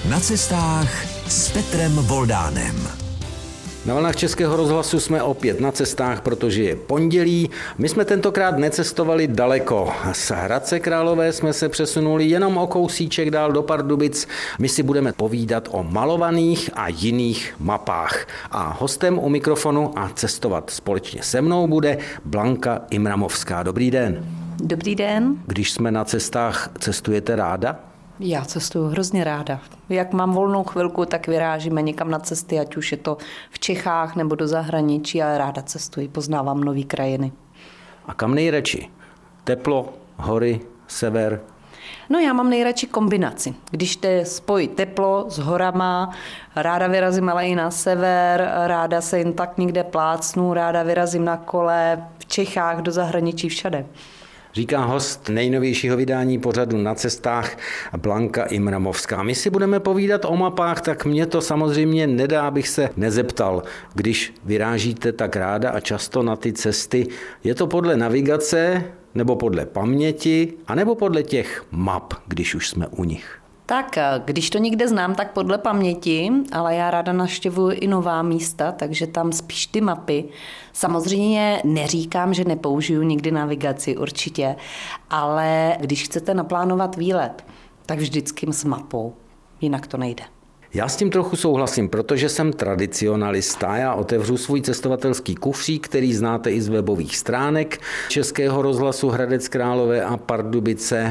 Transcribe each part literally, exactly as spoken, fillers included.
Na cestách s Petrem Voldánem. Na vlnách Českého rozhlasu jsme opět na cestách, protože je pondělí. My jsme tentokrát necestovali daleko. Z Hradce Králové jsme se přesunuli jenom o kousíček dál do Pardubic. My si budeme povídat o malovaných a jiných mapách. A hostem u mikrofonu a cestovat společně se mnou bude Blanka Imramovská. Dobrý den. Dobrý den. Když jsme na cestách, cestujete ráda? Já cestuju hrozně ráda. Jak mám volnou chvilku, tak vyrážíme někam na cesty, ať už je to v Čechách nebo do zahraničí, ale ráda cestuji, poznávám nový krajiny. A kam nejradši? Teplo, hory, sever? No já mám nejradši kombinaci. Když te spojí teplo s horama, ráda vyrazím ale i na sever, ráda se jen tak někde plácnu, ráda vyrazím na kole v Čechách, do zahraničí, všade. Říká host nejnovějšího vydání pořadu Na cestách Blanka Imramovská. My si budeme povídat o mapách, tak mě to samozřejmě nedá, abych se nezeptal. Když vyrážíte tak ráda a často na ty cesty, je to podle navigace, nebo podle paměti, anebo podle těch map, když už jsme u nich? Tak, když to někde znám, tak podle paměti, ale já ráda navštěvuji i nová místa, takže tam spíš ty mapy. Samozřejmě neříkám, že nepoužiju nikdy navigaci, určitě, ale když chcete naplánovat výlet, tak vždycky s mapou, jinak to nejde. Já s tím trochu souhlasím, protože jsem tradicionalista. Já otevřu svůj cestovatelský kufřík, který znáte i z webových stránek Českého rozhlasu Hradec Králové a Pardubice.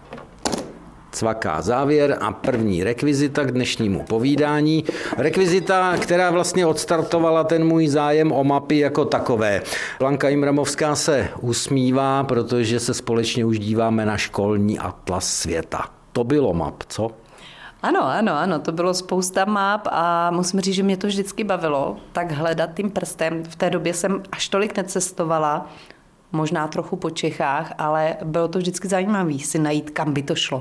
Cvaká závěr a první rekvizita k dnešnímu povídání. Rekvizita, která vlastně odstartovala ten můj zájem o mapy jako takové. Blanka Imramovská se usmívá, protože se společně už díváme na školní atlas světa. To bylo map, co? Ano, ano, ano, to bylo spousta map a musím říct, že mě to vždycky bavilo, tak hledat tím prstem. V té době jsem až tolik necestovala, možná trochu po Čechách, ale bylo to vždycky zajímavé si najít, kam by to šlo.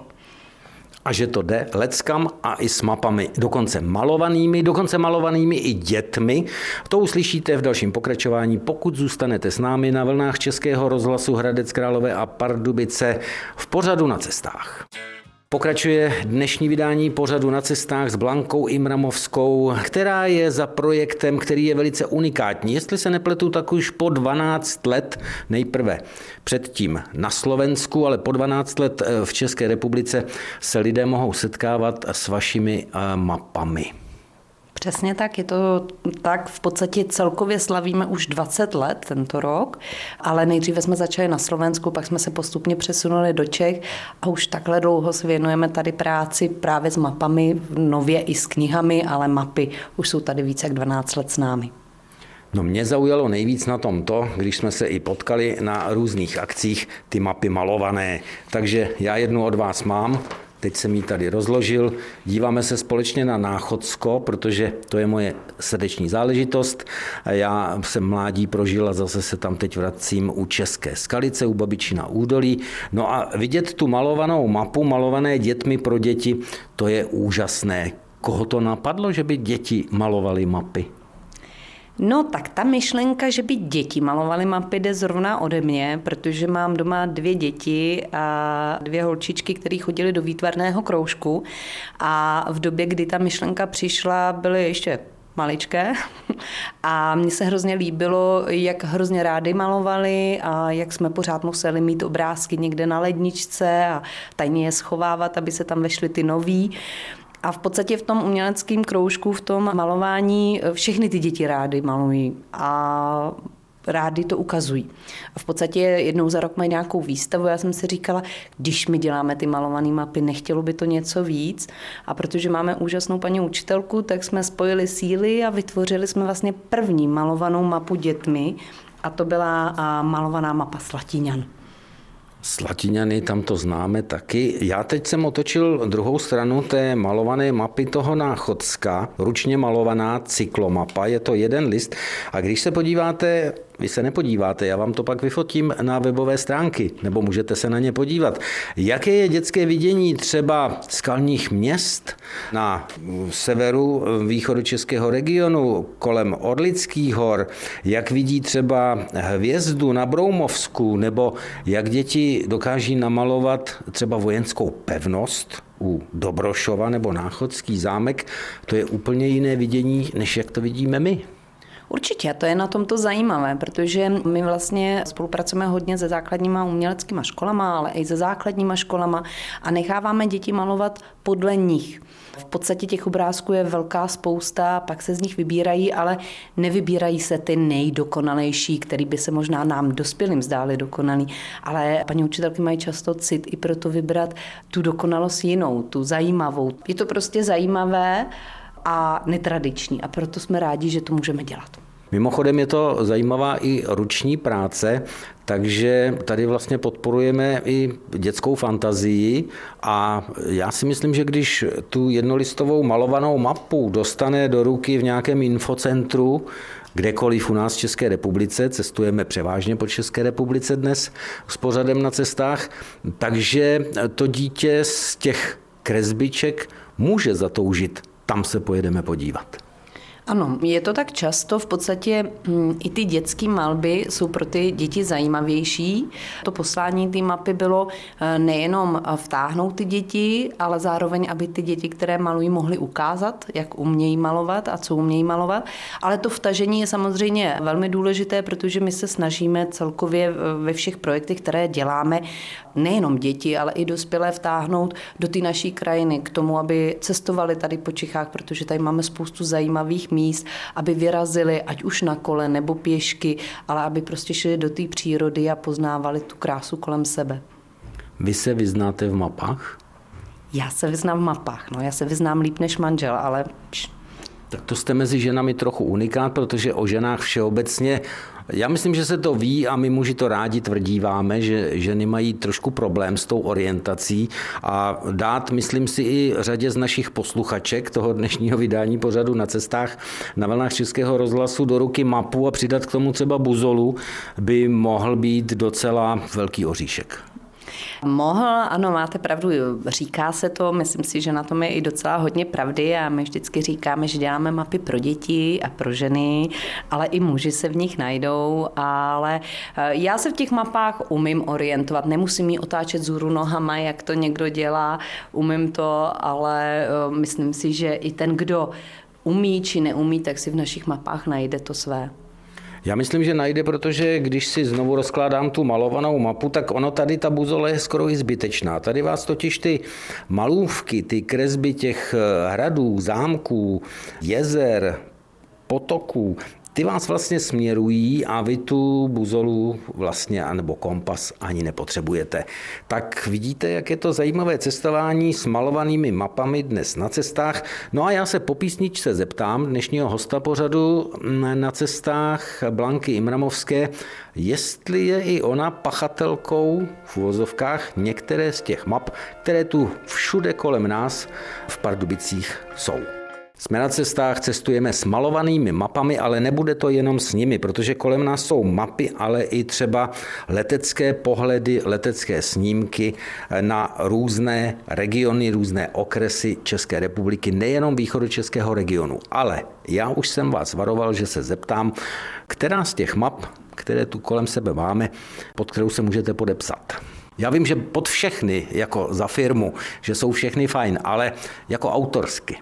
A že to jde leckam a i s mapami, dokonce malovanými, dokonce malovanými i dětmi. To uslyšíte v dalším pokračování, pokud zůstanete s námi na vlnách Českého rozhlasu Hradec Králové a Pardubice v pořadu Na cestách. Pokračuje dnešní vydání pořadu Na cestách s Blankou Imramovskou, která je za projektem, který je velice unikátní. Jestli se nepletu, tak už po dvanáct let, nejprve předtím na Slovensku, ale po dvanáct let v České republice se lidé mohou setkávat s vašimi mapami. Přesně tak, je to tak, v podstatě celkově slavíme už dvacet let tento rok, ale nejdříve jsme začali na Slovensku, pak jsme se postupně přesunuli do Čech a už takhle dlouho se věnujeme tady práci právě s mapami, nově i s knihami, ale mapy už jsou tady více jak dvanáct let s námi. No mě zaujalo nejvíc na tom to, když jsme se i potkali na různých akcích, ty mapy malované. Takže já jednu od vás mám. Teď jsem ji tady rozložil. Díváme se společně na Náchodsko, protože to je moje srdeční záležitost. Já jsem mládí prožil a zase se tam teď vracím u České Skalice, u Babičina údolí. No a vidět tu malovanou mapu, malované dětmi pro děti, to je úžasné. Koho to napadlo, že by děti malovaly mapy? No tak ta myšlenka, že by děti malovaly mapy, jde zrovna ode mě, protože mám doma dvě děti a dvě holčičky, které chodily do výtvarného kroužku a v době, kdy ta myšlenka přišla, byly ještě maličké a mně se hrozně líbilo, jak hrozně rády malovali a jak jsme pořád museli mít obrázky někde na ledničce a tajně je schovávat, aby se tam vešly ty nový. A v podstatě v tom uměleckém kroužku, v tom malování, všechny ty děti rády malují a rádi to ukazují. A v podstatě jednou za rok mají nějakou výstavu. Já jsem si říkala, když my děláme ty malované mapy, nechtělo by to něco víc. A protože máme úžasnou paní učitelku, tak jsme spojili síly a vytvořili jsme vlastně první malovanou mapu dětmi. A to byla malovaná mapa Slatíňan. Slatíňany, tam to známe taky. Já teď jsem otočil druhou stranu té malované mapy toho Náchodska, ručně malovaná cyklomapa, je to jeden list. A když se podíváte vy se nepodíváte, já vám to pak vyfotím na webové stránky, nebo můžete se na ně podívat. Jaké je dětské vidění třeba skalních měst na severu východočeského regionu kolem Orlických hor, jak vidí třeba hvězdu na Broumovsku, nebo jak děti dokáží namalovat třeba vojenskou pevnost u Dobrošova nebo Náchodský zámek, to je úplně jiné vidění, než jak to vidíme my. Určitě, to je na tomto zajímavé, protože my vlastně spolupracujeme hodně se základníma uměleckýma školama, ale i se základníma školama a necháváme děti malovat podle nich. V podstatě těch obrázků je velká spousta, pak se z nich vybírají, ale nevybírají se ty nejdokonalejší, který by se možná nám dospělým zdály dokonalý. Ale paní učitelky mají často cit i proto vybrat tu dokonalost jinou, tu zajímavou. Je to prostě zajímavé a netradiční a proto jsme rádi, že to můžeme dělat. Mimochodem je to zajímavá i ruční práce, takže tady vlastně podporujeme i dětskou fantazii a já si myslím, že když tu jednolistovou malovanou mapu dostane do ruky v nějakém infocentru, kdekoliv u nás v České republice, cestujeme převážně po České republice dnes s pořadem na cestách, takže to dítě z těch kresbiček může zatoužit. Tam se pojedeme podívat. Ano, je to tak často, v podstatě i ty dětské malby jsou pro ty děti zajímavější. To poslání té mapy bylo nejenom vtáhnout ty děti, ale zároveň, aby ty děti, které malují, mohly ukázat, jak umějí malovat a co umějí malovat. Ale to vtažení je samozřejmě velmi důležité, protože my se snažíme celkově ve všech projektech, které děláme, nejenom děti, ale i dospělé vtáhnout do té naší krajiny k tomu, aby cestovali tady po Čechách, protože tady máme spoustu zajímavých míst, aby vyrazili, ať už na kole nebo pěšky, ale aby prostě šli do té přírody a poznávali tu krásu kolem sebe. Vy se vyznáte v mapách? Já se vyznám v mapách, no já se vyznám líp než manžel, ale... Tak to jste mezi ženami trochu unikát, protože o ženách všeobecně, já myslím, že se to ví a my muži to rádi tvrdíváme, že ženy mají trošku problém s tou orientací a dát, myslím si, i řadě z našich posluchaček toho dnešního vydání pořadu Na cestách na vlnách Českého rozhlasu do ruky mapu a přidat k tomu třeba buzolu by mohl být docela velký oříšek. Mohl, ano, máte pravdu, říká se to, myslím si, že na tom je i docela hodně pravdy a my vždycky říkáme, že děláme mapy pro děti a pro ženy, ale i muži se v nich najdou, ale já se v těch mapách umím orientovat, nemusím jí otáčet vzhůru nohama, jak to někdo dělá, umím to, ale myslím si, že i ten, kdo umí či neumí, tak si v našich mapách najde to své. Já myslím, že najde, protože když si znovu rozkládám tu malovanou mapu, tak ono tady ta buzole je skoro i zbytečná. Tady vás totiž ty malůvky, ty kresby těch hradů, zámků, jezer, potoků, ty vás vlastně směrují a vy tu buzolu vlastně, anebo kompas ani nepotřebujete. Tak vidíte, jak je to zajímavé cestování s malovanými mapami dnes na cestách. No a já se po písničce zeptám dnešního hosta pořadu Na cestách Blanky Imramovské, jestli je i ona pachatelkou v uvozovkách některé z těch map, které tu všude kolem nás v Pardubicích jsou. Jsme na cestách, cestujeme s malovanými mapami, ale nebude to jenom s nimi, protože kolem nás jsou mapy, ale i třeba letecké pohledy, letecké snímky na různé regiony, různé okresy České republiky, nejenom východočeského regionu. Ale já už jsem vás varoval, že se zeptám, která z těch map, které tu kolem sebe máme, pod kterou se můžete podepsat. Já vím, že pod všechny, jako za firmu, že jsou všechny fajn, ale jako autorsky.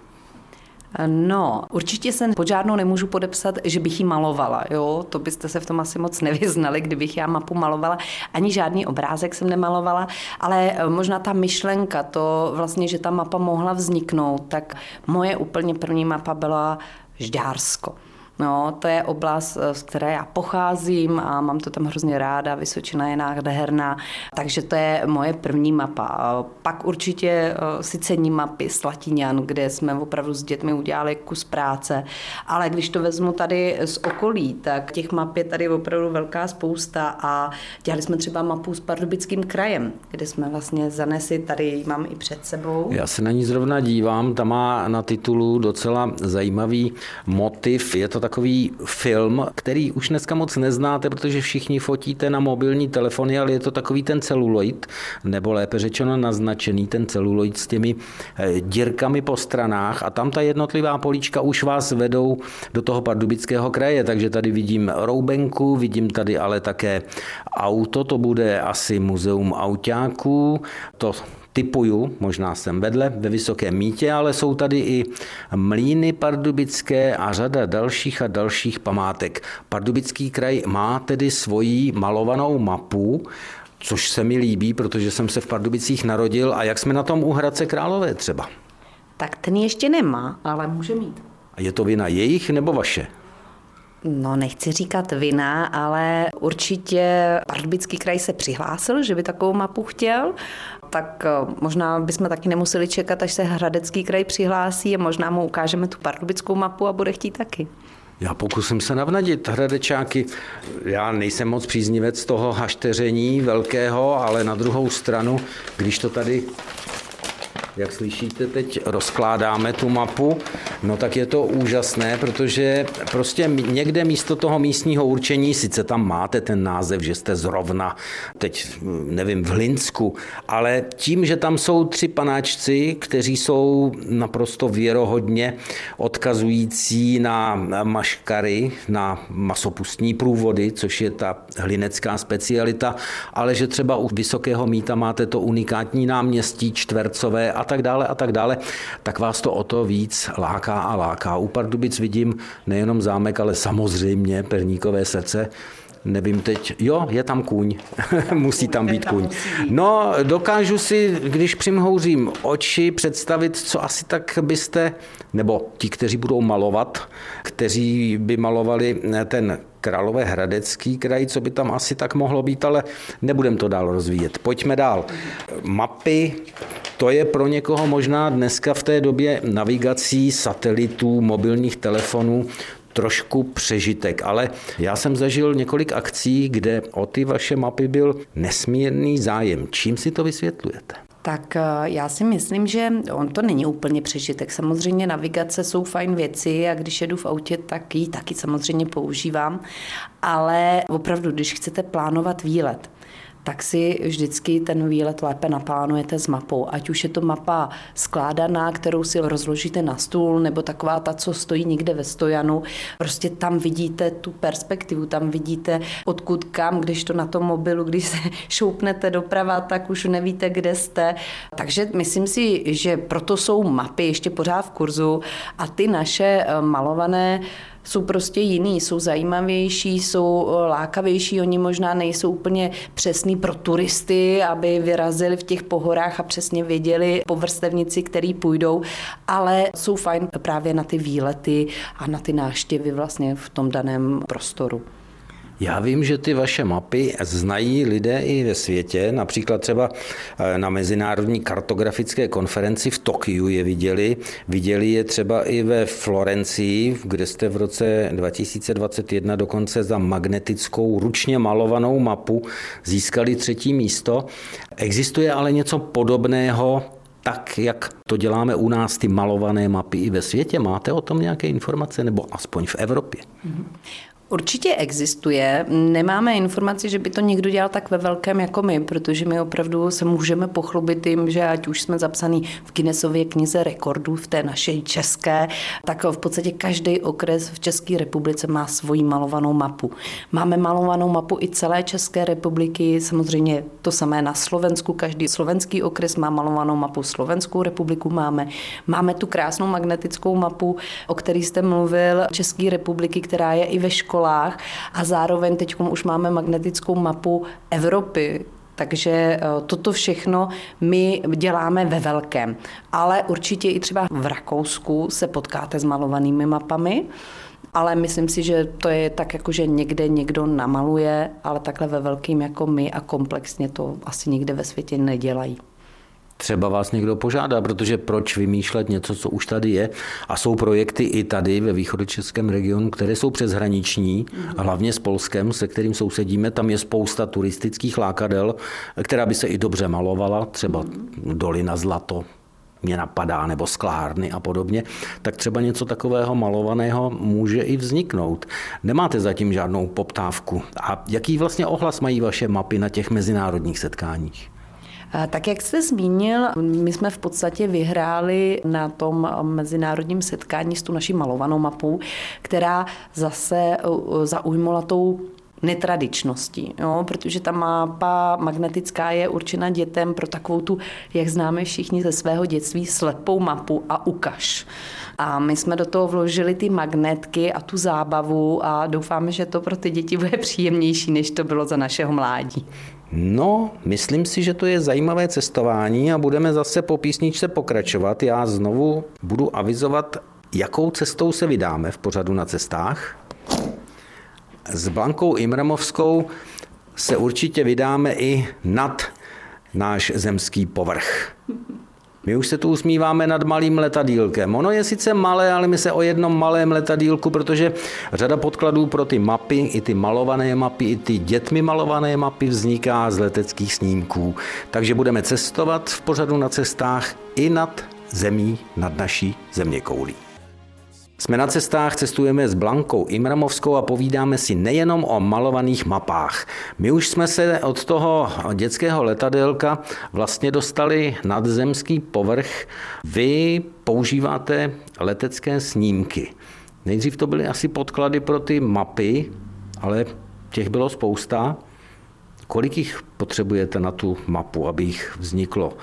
No, určitě se pod žádnou nemůžu podepsat, že bych ji malovala, jo, to byste se v tom asi moc nevyznali, kdybych já mapu malovala, ani žádný obrázek jsem nemalovala, ale možná ta myšlenka, to vlastně, že ta mapa mohla vzniknout, tak moje úplně první mapa byla Žďársko. No, to je oblast, z které já pocházím a mám to tam hrozně ráda, Vysočina je nádherná, takže to je moje první mapa. Pak určitě si cením mapy Slatíňan, kde jsme opravdu s dětmi udělali kus práce, ale když to vezmu tady z okolí, tak těch map je tady opravdu velká spousta a dělali jsme třeba mapu s Pardubickým krajem, kde jsme vlastně zanesli, tady ji mám i před sebou. Já se na ní zrovna dívám, ta má na titulu docela zajímavý motiv, je to takový film, který už dneska moc neznáte, protože všichni fotíte na mobilní telefony, ale je to takový ten celuloid, nebo lépe řečeno naznačený ten celuloid s těmi dírkami po stranách a tam ta jednotlivá políčka už vás vedou do toho Pardubického kraje, takže tady vidím roubenku, vidím tady ale také auto, to bude asi muzeum autáků, to typuju, možná jsem vedle, ve Vysokém Mýtě, ale jsou tady i mlýny pardubické a řada dalších a dalších památek. Pardubický kraj má tedy svoji malovanou mapu, což se mi líbí, protože jsem se v Pardubicích narodil a jak jsme na tom u Hradce Králové třeba. Tak ten ještě nemá, ale může mít. A je to vina jejich nebo vaše? No, nechci říkat vina, ale určitě Pardubický kraj se přihlásil, že by takovou mapu chtěl, tak možná bychom taky nemuseli čekat, až se Hradecký kraj přihlásí a možná mu ukážeme tu pardubickou mapu a bude chtít taky. Já pokusím se navnadit Hradečáky. Já nejsem moc příznivec toho hašteření velkého, ale na druhou stranu, když to tady, jak slyšíte, teď rozkládáme tu mapu, no tak je to úžasné, protože prostě někde místo toho místního určení, sice tam máte ten název, že jste zrovna, teď nevím, v Hlinsku, ale tím, že tam jsou tři panáčci, kteří jsou naprosto věrohodně odkazující na maškary, na masopustní průvody, což je ta hlinecká specialita, ale že třeba u Vysokého Mýta máte to unikátní náměstí čtvercové a tak dále a tak dále, tak vás to o to víc láká a láká. U Pardubic vidím nejenom zámek, ale samozřejmě Perníkové srdce. Nevím teď, jo, je tam kůň, musí tam být kůň. No, dokážu si, když přimhouřím oči, představit, co asi tak byste, nebo ti, kteří budou malovat, kteří by malovali ten Královéhradecký kraj, co by tam asi tak mohlo být, ale nebudem to dál rozvíjet. Pojďme dál. Mapy, to je pro někoho možná dneska v té době navigací, satelitů, mobilních telefonů, trošku přežitek, ale já jsem zažil několik akcí, kde o ty vaše mapy byl nesmírný zájem. Čím si to vysvětlujete? Tak já si myslím, že on to není úplně přežitek. Samozřejmě navigace jsou fajn věci a když jedu v autě, tak ji taky samozřejmě používám, ale opravdu, když chcete plánovat výlet, tak si vždycky ten výlet lépe naplánujete s mapou. Ať už je to mapa skládaná, kterou si rozložíte na stůl, nebo taková ta, co stojí někde ve stojanu. Prostě tam vidíte tu perspektivu, tam vidíte odkud kam, když to na tom mobilu, když se šoupnete doprava, tak už nevíte, kde jste. Takže myslím si, že proto jsou mapy ještě pořád v kurzu a ty naše malované jsou prostě jiný, jsou zajímavější, jsou lákavější, oni možná nejsou úplně přesný pro turisty, aby vyrazili v těch pohorách a přesně věděli po vrstevnici, který půjdou, ale jsou fajn právě na ty výlety a na ty návštěvy vlastně v tom daném prostoru. Já vím, že ty vaše mapy znají lidé i ve světě, například třeba na Mezinárodní kartografické konferenci v Tokiu je viděli, viděli je třeba i ve Florencii, kde jste v roce dva tisíce dvacet jedna dokonce za magnetickou ručně malovanou mapu získali třetí místo. Existuje ale něco podobného, tak jak to děláme u nás, ty malované mapy i ve světě? Máte o tom nějaké informace, nebo aspoň v Evropě? Mm-hmm. Určitě existuje. Nemáme informaci, že by to někdo dělal tak ve velkém jako my, protože my opravdu se můžeme pochlubit tím, že ať už jsme zapsaný v Guinnessově knize rekordů v té naší české, tak v podstatě každý okres v České republice má svoji malovanou mapu. Máme malovanou mapu i celé České republiky, samozřejmě to samé na Slovensku, každý slovenský okres má malovanou mapu, Slovenskou republiku máme. Máme tu krásnou magnetickou mapu, o které jste mluvil, České republiky, která je i ve škole, a zároveň teď už máme magnetickou mapu Evropy. Takže toto všechno my děláme ve velkém. Ale určitě i třeba v Rakousku se potkáte s malovanými mapami, ale myslím si, že to je tak, jako že někde někdo namaluje, ale takhle ve velkým jako my a komplexně to asi nikde ve světě nedělají. Třeba vás někdo požádá, protože proč vymýšlet něco, co už tady je. A jsou projekty i tady ve východočeském regionu, které jsou přeshraniční, mm. hlavně s Polskem, se kterým sousedíme. Tam je spousta turistických lákadel, která by se i dobře malovala, třeba mm. doly na zlato, mě napadá, nebo sklárny a podobně, tak třeba něco takového malovaného může i vzniknout. Nemáte zatím žádnou poptávku. A jaký vlastně ohlas mají vaše mapy na těch mezinárodních setkáních? Tak jak jste zmínil, my jsme v podstatě vyhráli na tom mezinárodním setkání s tu naší malovanou mapou, která zase zaujmula tou netradičností, jo, protože ta mapa magnetická je určena dětem pro takovou tu, jak známe všichni ze svého dětství, slepou mapu a ukaž. A my jsme do toho vložili ty magnetky a tu zábavu a doufáme, že to pro ty děti bude příjemnější, než to bylo za našeho mládí. No, myslím si, že to je zajímavé cestování a budeme zase po písničce pokračovat. Já znovu budu avizovat, jakou cestou se vydáme v pořadu Na cestách. S Blankou Imramovskou se určitě vydáme i nad náš zemský povrch. My už se tu usmíváme nad malým letadýlkem. Ono je sice malé, ale my se o jednom malém letadýlku, protože řada podkladů pro ty mapy, i ty malované mapy, i ty dětmi malované mapy vzniká z leteckých snímků. Takže budeme cestovat v pořadu Na cestách i nad zemí, nad naší zeměkoulí. Jsme na cestách, cestujeme s Blankou Imramovskou a povídáme si nejenom o malovaných mapách. My už jsme se od toho dětského letadélka vlastně dostali nad zemský povrch. Vy používáte letecké snímky. Nejdřív to byly asi podklady pro ty mapy, ale těch bylo spousta. Kolik jich potřebujete na tu mapu, aby jich vzniklo?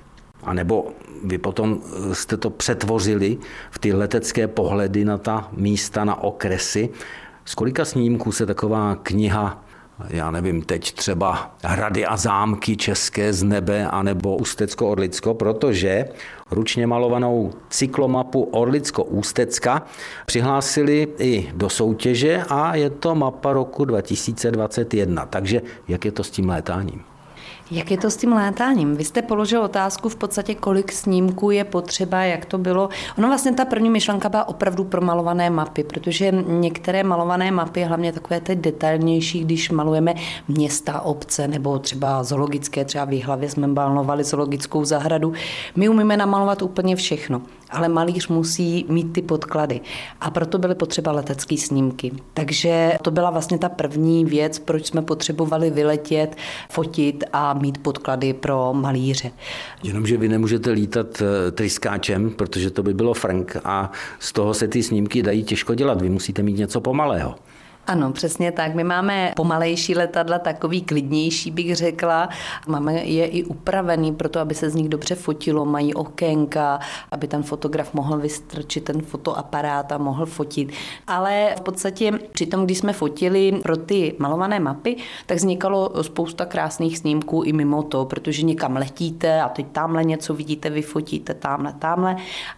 A nebo vy potom jste to přetvořili v ty letecké pohledy na ta místa, na okresy. Z kolika snímků se taková kniha, já nevím, teď třeba Hrady a zámky české z nebe, anebo Ústecko-Orlicko, protože ručně malovanou cyklomapu Orlicko-Ústecka přihlásili i do soutěže a je to mapa roku dva tisíce dvacet jedna. Takže jak je to s tím létáním? Jak je to s tím létáním? Vy jste položil otázku v podstatě, kolik snímků je potřeba, jak to bylo. Ono vlastně ta první myšlenka byla opravdu pro malované mapy, protože některé malované mapy, hlavně takové ty detailnější, když malujeme města, obce nebo třeba zoologické, třeba v Jihlavě jsme malovali zoologickou zahradu, my umíme namalovat úplně všechno, ale malíř musí mít ty podklady a proto byly potřeba letecké snímky. Takže to byla vlastně ta první věc, proč jsme potřebovali vyletět, fotit a mít podklady pro malíře. Jenomže vy nemůžete lítat tryskáčem, protože to by bylo frnk a z toho se ty snímky dají těžko dělat. Vy musíte mít něco pomalého. Ano, přesně tak. My máme pomalejší letadla, takový klidnější bych řekla. Máme je i upravený pro to, aby se z nich dobře fotilo. Mají okénka, aby ten fotograf mohl vystrčit ten fotoaparát a mohl fotit. Ale v podstatě při tom, když jsme fotili pro ty malované mapy, tak vznikalo spousta krásných snímků i mimo to, protože někam letíte a teď tamhle něco vidíte, vyfotíte tamhle, tamhle.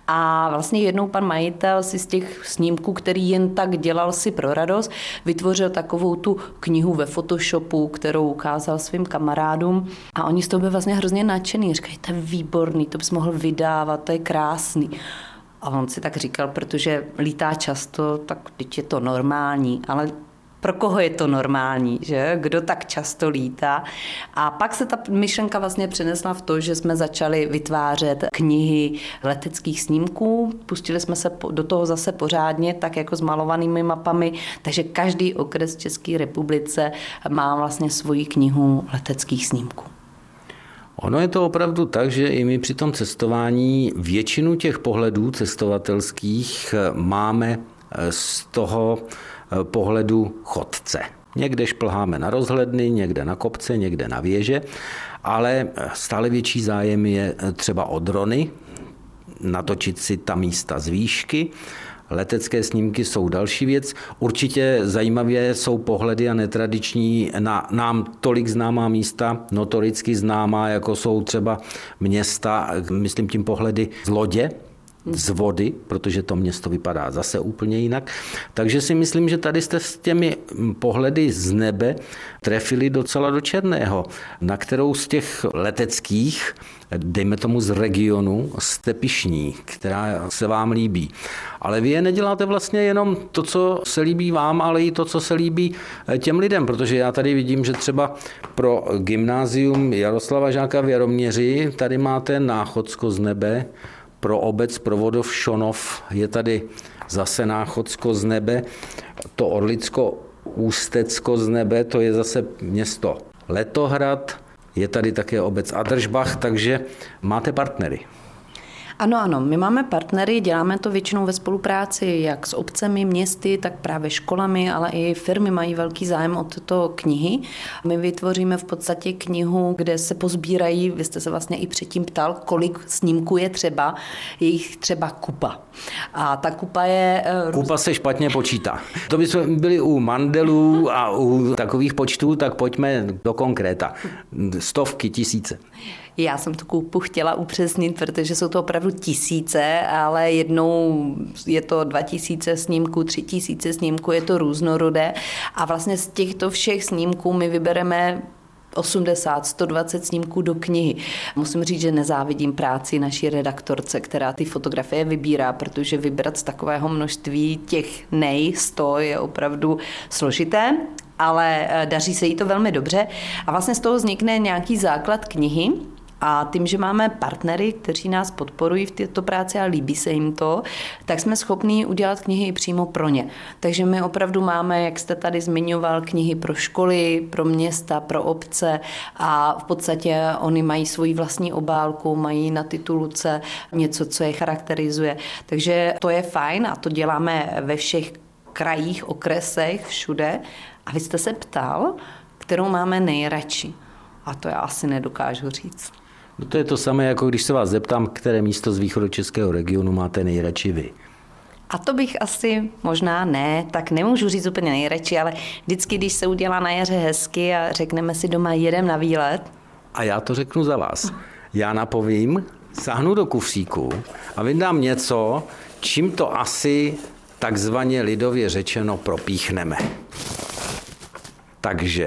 A vlastně jednou pan majitel si z těch snímků, který jen tak dělal si pro radost, vytvořil takovou tu knihu ve Photoshopu, kterou ukázal svým kamarádům a oni z toho byli vlastně hrozně nadšený. Říkají, to je výborný, to bys mohl vydávat, to je krásný. A on si tak říkal, protože lítá často, tak teď je to normální, ale pro koho je to normální, že? Kdo tak často lítá? A pak se ta myšlenka vlastně přenesla v to, že jsme začali vytvářet knihy leteckých snímků. Pustili jsme se do toho zase pořádně, tak jako s malovanými mapami, takže každý okres v České republice má vlastně svoji knihu leteckých snímků. Ono je to opravdu tak, že i my při tom cestování většinu těch pohledů cestovatelských máme z toho pohledu chodce. Někde šplháme na rozhledny, někde na kopce, někde na věže, ale stále větší zájem je třeba o drony, natočit si ta místa z výšky. Letecké snímky jsou další věc. Určitě zajímavé jsou pohledy a netradiční na nám tolik známá místa, notoricky známá, jako jsou třeba města, myslím tím pohledy z lodě, z vody, protože to město vypadá zase úplně jinak. Takže si myslím, že tady jste s těmi pohledy z nebe trefili docela do černého, na kterou z těch leteckých, dejme tomu z regionu, jste pyšní, která se vám líbí. Ale vy je neděláte vlastně jenom to, co se líbí vám, ale i to, co se líbí těm lidem, protože já tady vidím, že třeba pro gymnázium Jaroslava Žáka v Jaroměři tady máte Náchodsko z nebe, pro obec Provodov Šonov je tady zase Náchodsko z nebe, to Orlicko Ústecko z nebe, to je zase město Letohrad, je tady také obec Adržbach, takže máte partnery. Ano, ano, my máme partnery, děláme to většinou ve spolupráci jak s obcemi, městy, tak právě školami, ale i firmy mají velký zájem o tyto knihy. My vytvoříme v podstatě knihu, kde se pozbírají, vy jste se vlastně i předtím ptal, kolik snímků je třeba, je jich třeba kupa. A ta kupa je... Kupa se špatně počítá. To by jsme byli u mandelů a u takových počtů, tak pojďme do konkréta. Stovky, tisíce. Já jsem tu kupu chtěla upřesnit, protože jsou to opravdu tisíce, ale jednou je to dva tisíce snímků, tři tisíce snímků, je to různorodé a vlastně z těchto všech snímků my vybereme osmdesát, sto dvacet snímků do knihy. Musím říct, že nezávidím práci naší redaktorce, která ty fotografie vybírá, protože vybrat z takového množství těch nej sto je opravdu složité, ale daří se jí to velmi dobře a vlastně z toho vznikne nějaký základ knihy. A tím, že máme partnery, kteří nás podporují v této práci a líbí se jim to, tak jsme schopni udělat knihy přímo pro ně. Takže my opravdu máme, jak jste tady zmiňoval, knihy pro školy, pro města, pro obce a v podstatě oni mají svoji vlastní obálku, mají na titulce něco, co je charakterizuje. Takže to je fajn a to děláme ve všech krajích, okresech, všude. A vy jste se ptal, kterou máme nejradši. A to já asi nedokážu říct. No to je to samé, jako když se vás zeptám, které místo z východočeského regionu máte nejradši vy. A to bych asi možná ne, tak nemůžu říct úplně nejradši, ale vždycky, když se udělá na jaře hezky a řekneme si doma jedem na výlet. A já to řeknu za vás. Já napovím, sáhnu do kufříku a vydám něco, čím to asi takzvaně lidově řečeno propíchneme. Takže...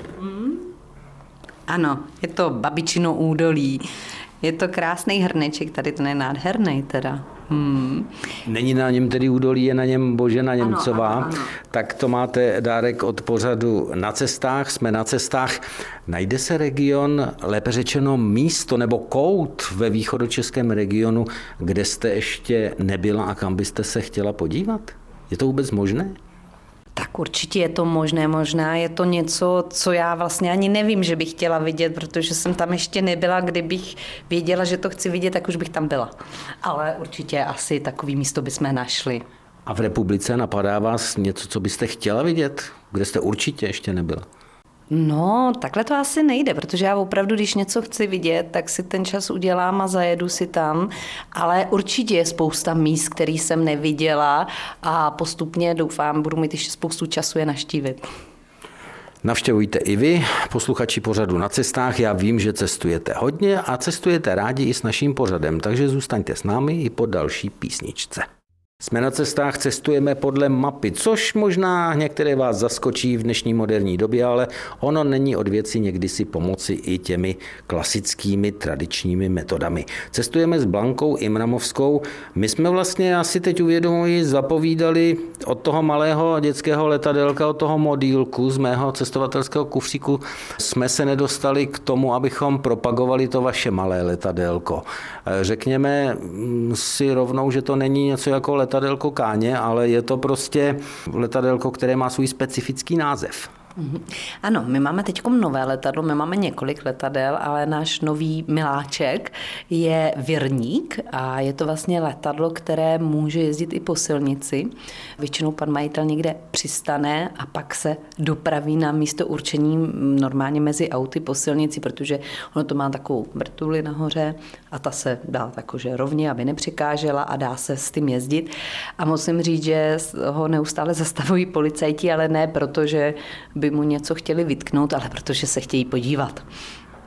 Ano, je to Babičino údolí. Je to krásný hrneček, tady to je nádherný teda. Hmm. Není na něm tedy údolí, je na něm Božena Němcová. Ano, ano, ano. Tak to máte dárek od pořadu Na cestách, jsme na cestách. Najde se region, lépe řečeno místo nebo kout ve východočeském regionu, kde jste ještě nebyla a kam byste se chtěla podívat? Je to vůbec možné? Tak určitě je to možné, možná je to něco, co já vlastně ani nevím, že bych chtěla vidět, protože jsem tam ještě nebyla, kdybych věděla, že to chci vidět, tak už bych tam byla. Ale určitě asi takový místo bychom našli. A v republice napadá vás něco, co byste chtěla vidět, kde jste určitě ještě nebyla? No, takhle to asi nejde, protože já opravdu, když něco chci vidět, tak si ten čas udělám a zajedu si tam, ale určitě je spousta míst, který jsem neviděla a postupně doufám, budu mít ještě spoustu času je navštívit. Navštěvujte i vy, posluchači pořadu Na cestách. Já vím, že cestujete hodně a cestujete rádi i s naším pořadem, takže zůstaňte s námi i po další písničce. Jsme na cestách, cestujeme podle mapy, což možná některé vás zaskočí v dnešní moderní době, ale ono není od věci někdy si pomoci i těmi klasickými tradičními metodami. Cestujeme s Blankou Imramovskou. My jsme vlastně, já si teď uvědomuji, zapovídali od toho malého dětského letadelka, od toho modílku z mého cestovatelského kufříku, jsme se nedostali k tomu, abychom propagovali to vaše malé letadélko. Řekněme si rovnou, že to není něco jako letadélko Káně, ale je to prostě letadélko, které má svůj specifický název. Ano, my máme teď nové letadlo, my máme několik letadel, ale náš nový miláček je Virník a je to vlastně letadlo, které může jezdit i po silnici. Většinou pan majitel někde přistane a pak se dopraví na místo určení normálně mezi auty po silnici, protože ono to má takovou vrtuli nahoře a ta se dá takože rovně, aby nepřekážela a dá se s tím jezdit. A musím říct, že ho neustále zastavují policajti, ale ne proto, že by mu něco chtěli vytknout, ale protože se chtějí podívat.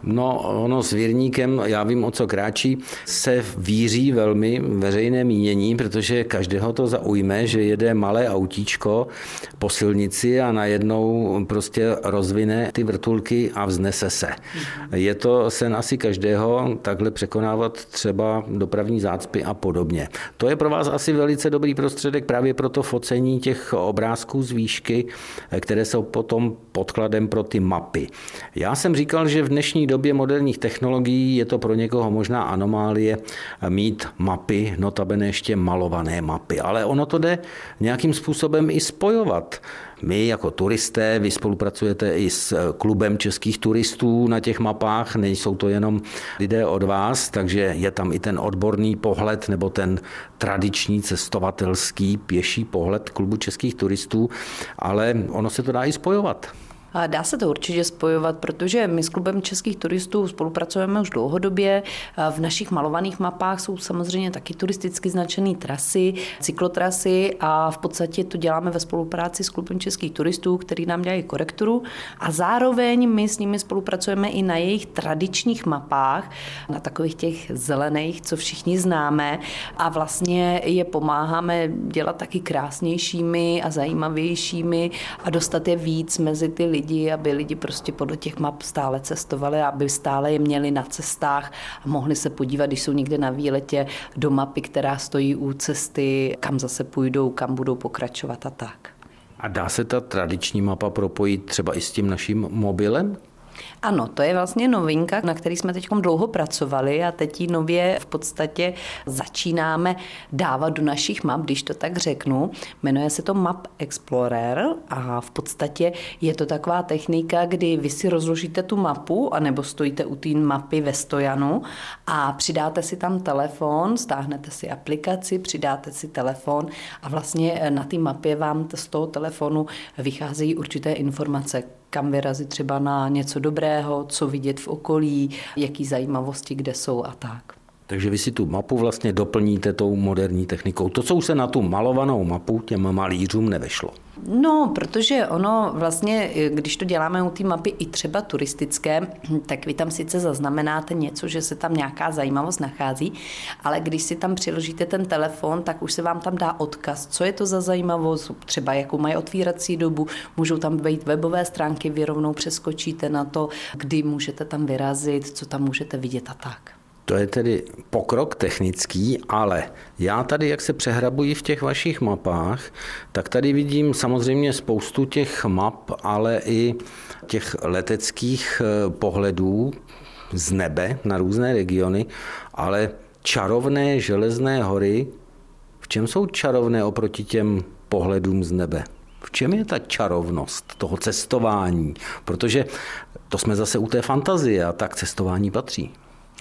No, ono s Věrníkem, já vím, o co kráčí, se víří velmi veřejné mínění, protože každého to zaujme, že jede malé autíčko po silnici a najednou prostě rozvine ty vrtulky a vznese se. Je to sen asi každého takhle překonávat třeba dopravní zácpy a podobně. To je pro vás asi velice dobrý prostředek právě pro to focení těch obrázků z výšky, které jsou potom podkladem pro ty mapy. Já jsem říkal, že v dnešní době moderních technologií je to pro někoho možná anomálie mít mapy, notabene ještě malované mapy, ale ono to jde nějakým způsobem i spojovat. My jako turisté, vy spolupracujete i s klubem českých turistů na těch mapách, nejsou to jenom lidé od vás, takže je tam i ten odborný pohled nebo ten tradiční cestovatelský pěší pohled klubu českých turistů, ale ono se to dá i spojovat. A dá se to určitě spojovat, protože my s klubem českých turistů spolupracujeme už dlouhodobě. V našich malovaných mapách jsou samozřejmě taky turisticky značené trasy, cyklotrasy a v podstatě to děláme ve spolupráci s klubem českých turistů, který nám dělají korekturu a zároveň my s nimi spolupracujeme i na jejich tradičních mapách, na takových těch zelených, co všichni známe a vlastně je pomáháme dělat taky krásnějšími a zajímavějšími a dostat je víc mezi ty lidi. lidi, aby lidi prostě podle těch map stále cestovali, aby stále je měli na cestách a mohli se podívat, když jsou někde na výletě, do mapy, která stojí u cesty, kam zase půjdou, kam budou pokračovat a tak. A dá se ta tradiční mapa propojit třeba i s tím naším mobilem? Ano, to je vlastně novinka, na který jsme teď dlouho pracovali a teď ji nově v podstatě začínáme dávat do našich map, když to tak řeknu. Jmenuje se to Map Explorer a v podstatě je to taková technika, kdy vy si rozložíte tu mapu anebo stojíte u té mapy ve stojanu a přidáte si tam telefon, stáhnete si aplikaci, přidáte si telefon a vlastně na té mapě vám z toho telefonu vycházejí určité informace, kam vyrazit třeba na něco dobrého, co vidět v okolí, jaký zajímavosti, kde jsou a tak. Takže vy si tu mapu vlastně doplníte tou moderní technikou. To, co už se na tu malovanou mapu těm malířům nevešlo. No, protože ono vlastně, když to děláme u té mapy i třeba turistické, tak vy tam sice zaznamenáte něco, že se tam nějaká zajímavost nachází, ale když si tam přiložíte ten telefon, tak už se vám tam dá odkaz, co je to za zajímavost, třeba jakou mají otvírací dobu, můžou tam být webové stránky, vy rovnou přeskočíte na to, kdy můžete tam vyrazit, co tam můžete vidět a tak. To je tedy pokrok technický, ale já tady, jak se přehrabuji v těch vašich mapách, tak tady vidím samozřejmě spoustu těch map, ale i těch leteckých pohledů z nebe na různé regiony, ale čarovné železné hory, v čem jsou čarovné oproti těm pohledům z nebe? V čem je ta čarovnost toho cestování? Protože to jsme zase u té fantazie a tak cestování patří.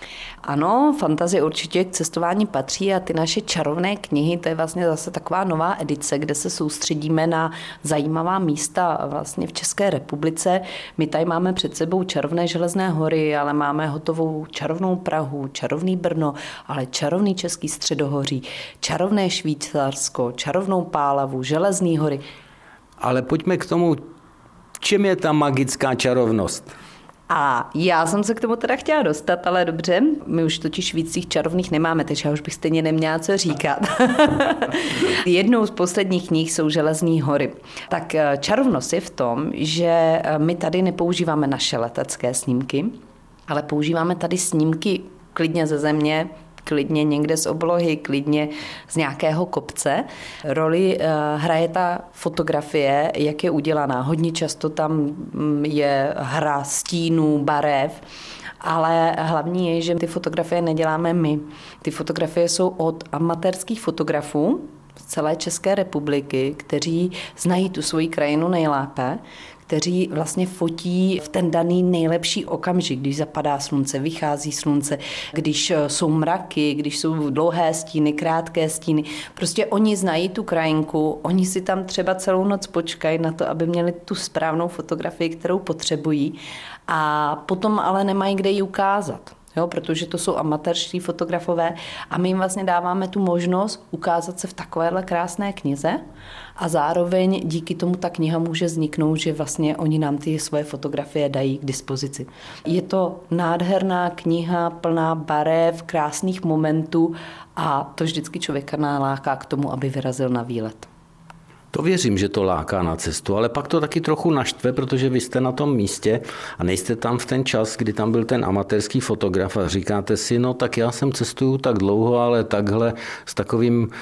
Ano, fantazie určitě k cestování patří a ty naše čarovné knihy, to je vlastně zase taková nová edice, kde se soustředíme na zajímavá místa vlastně v České republice. My tady máme před sebou čarovné železné hory, ale máme hotovou čarovnou Prahu, čarovný Brno, ale čarovný Český středohoří, čarovné Švýcarsko, čarovnou Pálavu, železný hory. Ale pojďme k tomu, v čem je ta magická čarovnost? A já jsem se k tomu teda chtěla dostat, ale dobře, my už totiž víc těch čarovných nemáme, takže já už bych stejně neměla co říkat. Jednou z posledních knih jsou Železné hory. Tak čarovnost je v tom, že my tady nepoužíváme naše letecké snímky, ale používáme tady snímky klidně ze země, klidně někde z oblohy, klidně z nějakého kopce. Roli hraje ta fotografie, jak je udělaná. Hodně často tam je hra stínů, barev, ale hlavní je, že ty fotografie neděláme my. Ty fotografie jsou od amatérských fotografů z celé České republiky, kteří znají tu svoji krajinu nejlépe, kteří vlastně fotí v ten daný nejlepší okamžik, když zapadá slunce, vychází slunce, když jsou mraky, když jsou dlouhé stíny, krátké stíny. Prostě oni znají tu krajinku, oni si tam třeba celou noc počkají na to, aby měli tu správnou fotografii, kterou potřebují a potom ale nemají kde ji ukázat. Jo, protože to jsou amatérští fotografové a my jim vlastně dáváme tu možnost ukázat se v takovéhle krásné knize a zároveň díky tomu ta kniha může vzniknout, že vlastně oni nám ty svoje fotografie dají k dispozici. Je to nádherná kniha plná barev, krásných momentů a to vždycky člověka naláká k tomu, aby vyrazil na výlet. To věřím, že to láká na cestu, ale pak to taky trochu naštve, protože vy jste na tom místě a nejste tam v ten čas, kdy tam byl ten amatérský fotograf a říkáte si, no tak já jsem cestuju tak dlouho, ale takhle s takovým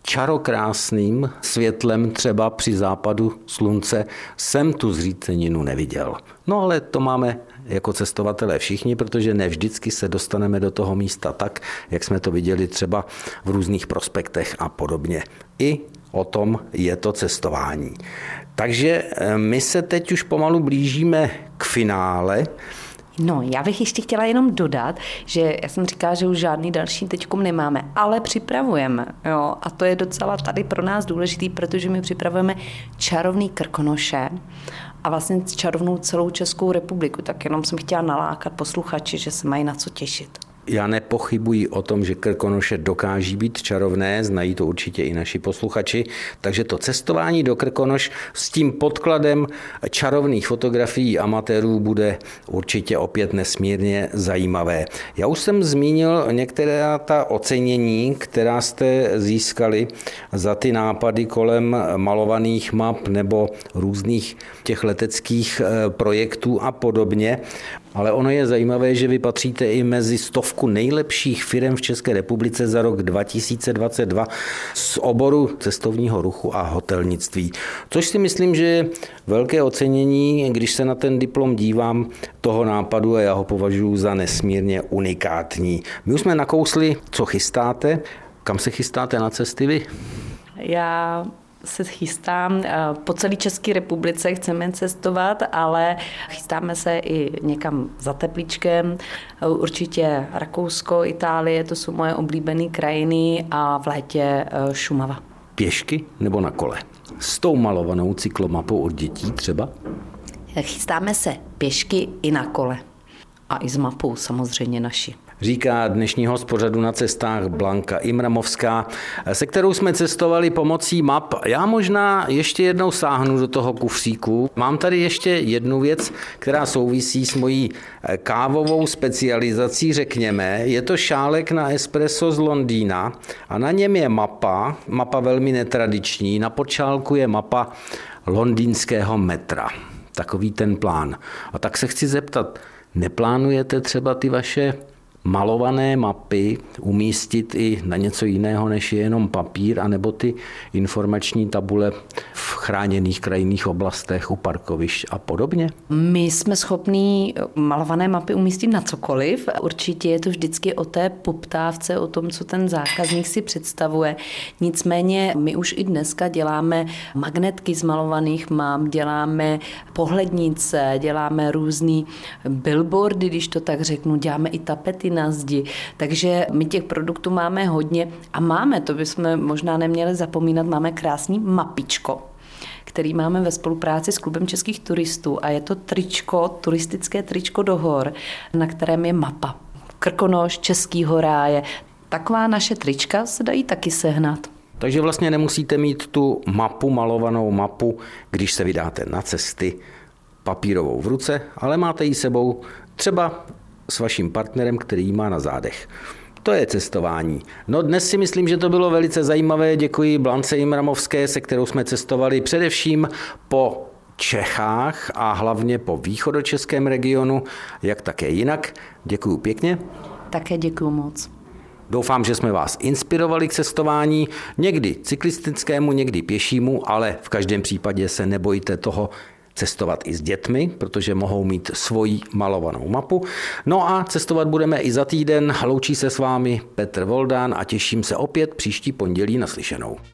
čarokrásným světlem třeba při západu slunce jsem tu zříceninu neviděl. No ale to máme jako cestovatelé všichni, protože ne vždycky se dostaneme do toho místa tak, jak jsme to viděli třeba v různých prospektech a podobně. I o tom je to cestování. Takže my se teď už pomalu blížíme k finále. No, já bych ještě chtěla jenom dodat, že já jsem říkala, že už žádný další teďkom nemáme, ale připravujeme. Jo? A to je docela tady pro nás důležitý, protože my připravujeme čarovný Krkonoše a vlastně čarovnou celou Českou republiku. Tak jenom jsem chtěla nalákat posluchači, že se mají na co těšit. Já nepochybuji o tom, že Krkonoše dokáží být čarovné, znají to určitě i naši posluchači, takže to cestování do Krkonoš s tím podkladem čarovných fotografií amatérů bude určitě opět nesmírně zajímavé. Já už jsem zmínil některá ta ocenění, která jste získali za ty nápady kolem malovaných map nebo různých těch leteckých projektů a podobně. Ale ono je zajímavé, že vy patříte i mezi stovku nejlepších firem v České republice za rok dva tisíce dvacet dva z oboru cestovního ruchu a hotelnictví. Což si myslím, že je velké ocenění, když se na ten diplom dívám toho nápadu a já ho považuji za nesmírně unikátní. My už jsme nakousli, co chystáte. Kam se chystáte na cesty vy? Já se chystám. Po celé České republice chceme cestovat, ale chystáme se i někam za teplíčkem. Určitě Rakousko, Itálie, to jsou moje oblíbené krajiny a v létě Šumava. Pěšky nebo na kole? S tou malovanou cyklomapou od dětí třeba? Chystáme se pěšky i na kole. A i s mapou samozřejmě naši. Říká dnešní host pořadu Na cestách Blanka Imramovská, se kterou jsme cestovali pomocí map. Já možná ještě jednou sáhnu do toho kufříku. Mám tady ještě jednu věc, která souvisí s mojí kávovou specializací, řekněme. Je to šálek na espresso z Londýna a na něm je mapa, mapa velmi netradiční. Na počálku je mapa londýnského metra. Takový ten plán. A tak se chci zeptat, neplánujete třeba ty vaše malované mapy umístit i na něco jiného, než je jenom papír, anebo ty informační tabule v chráněných krajinných oblastech, u parkovišť a podobně? My jsme schopní malované mapy umístit na cokoliv. Určitě je to vždycky o té poptávce, o tom, co ten zákazník si představuje. Nicméně my už i dneska děláme magnetky z malovaných map, děláme pohlednice, děláme různý billboardy, když to tak řeknu, děláme i tapety na zdi. Takže my těch produktů máme hodně a máme, to bychom možná neměli zapomínat, máme krásný mapičko, který máme ve spolupráci s Klubem českých turistů a je to tričko, turistické tričko do hor, na kterém je mapa. Krkonoš, Český horáje. Taková naše trička se dají taky sehnat. Takže vlastně nemusíte mít tu mapu, malovanou mapu, když se vydáte na cesty papírovou v ruce, ale máte ji sebou třeba s vaším partnerem, který ji má na zádech. To je cestování. No dnes si myslím, že to bylo velice zajímavé. Děkuji Blance Imramovské, se kterou jsme cestovali především po Čechách a hlavně po východočeském regionu, jak také jinak. Děkuji pěkně. Také děkuji moc. Doufám, že jsme vás inspirovali k cestování, někdy cyklistickému, někdy pěšímu, ale v každém případě se nebojte toho cestovat i s dětmi, protože mohou mít svoji malovanou mapu. No a cestovat budeme i za týden. Loučí se s vámi Petr Voldán a těším se opět příští pondělí naslyšenou.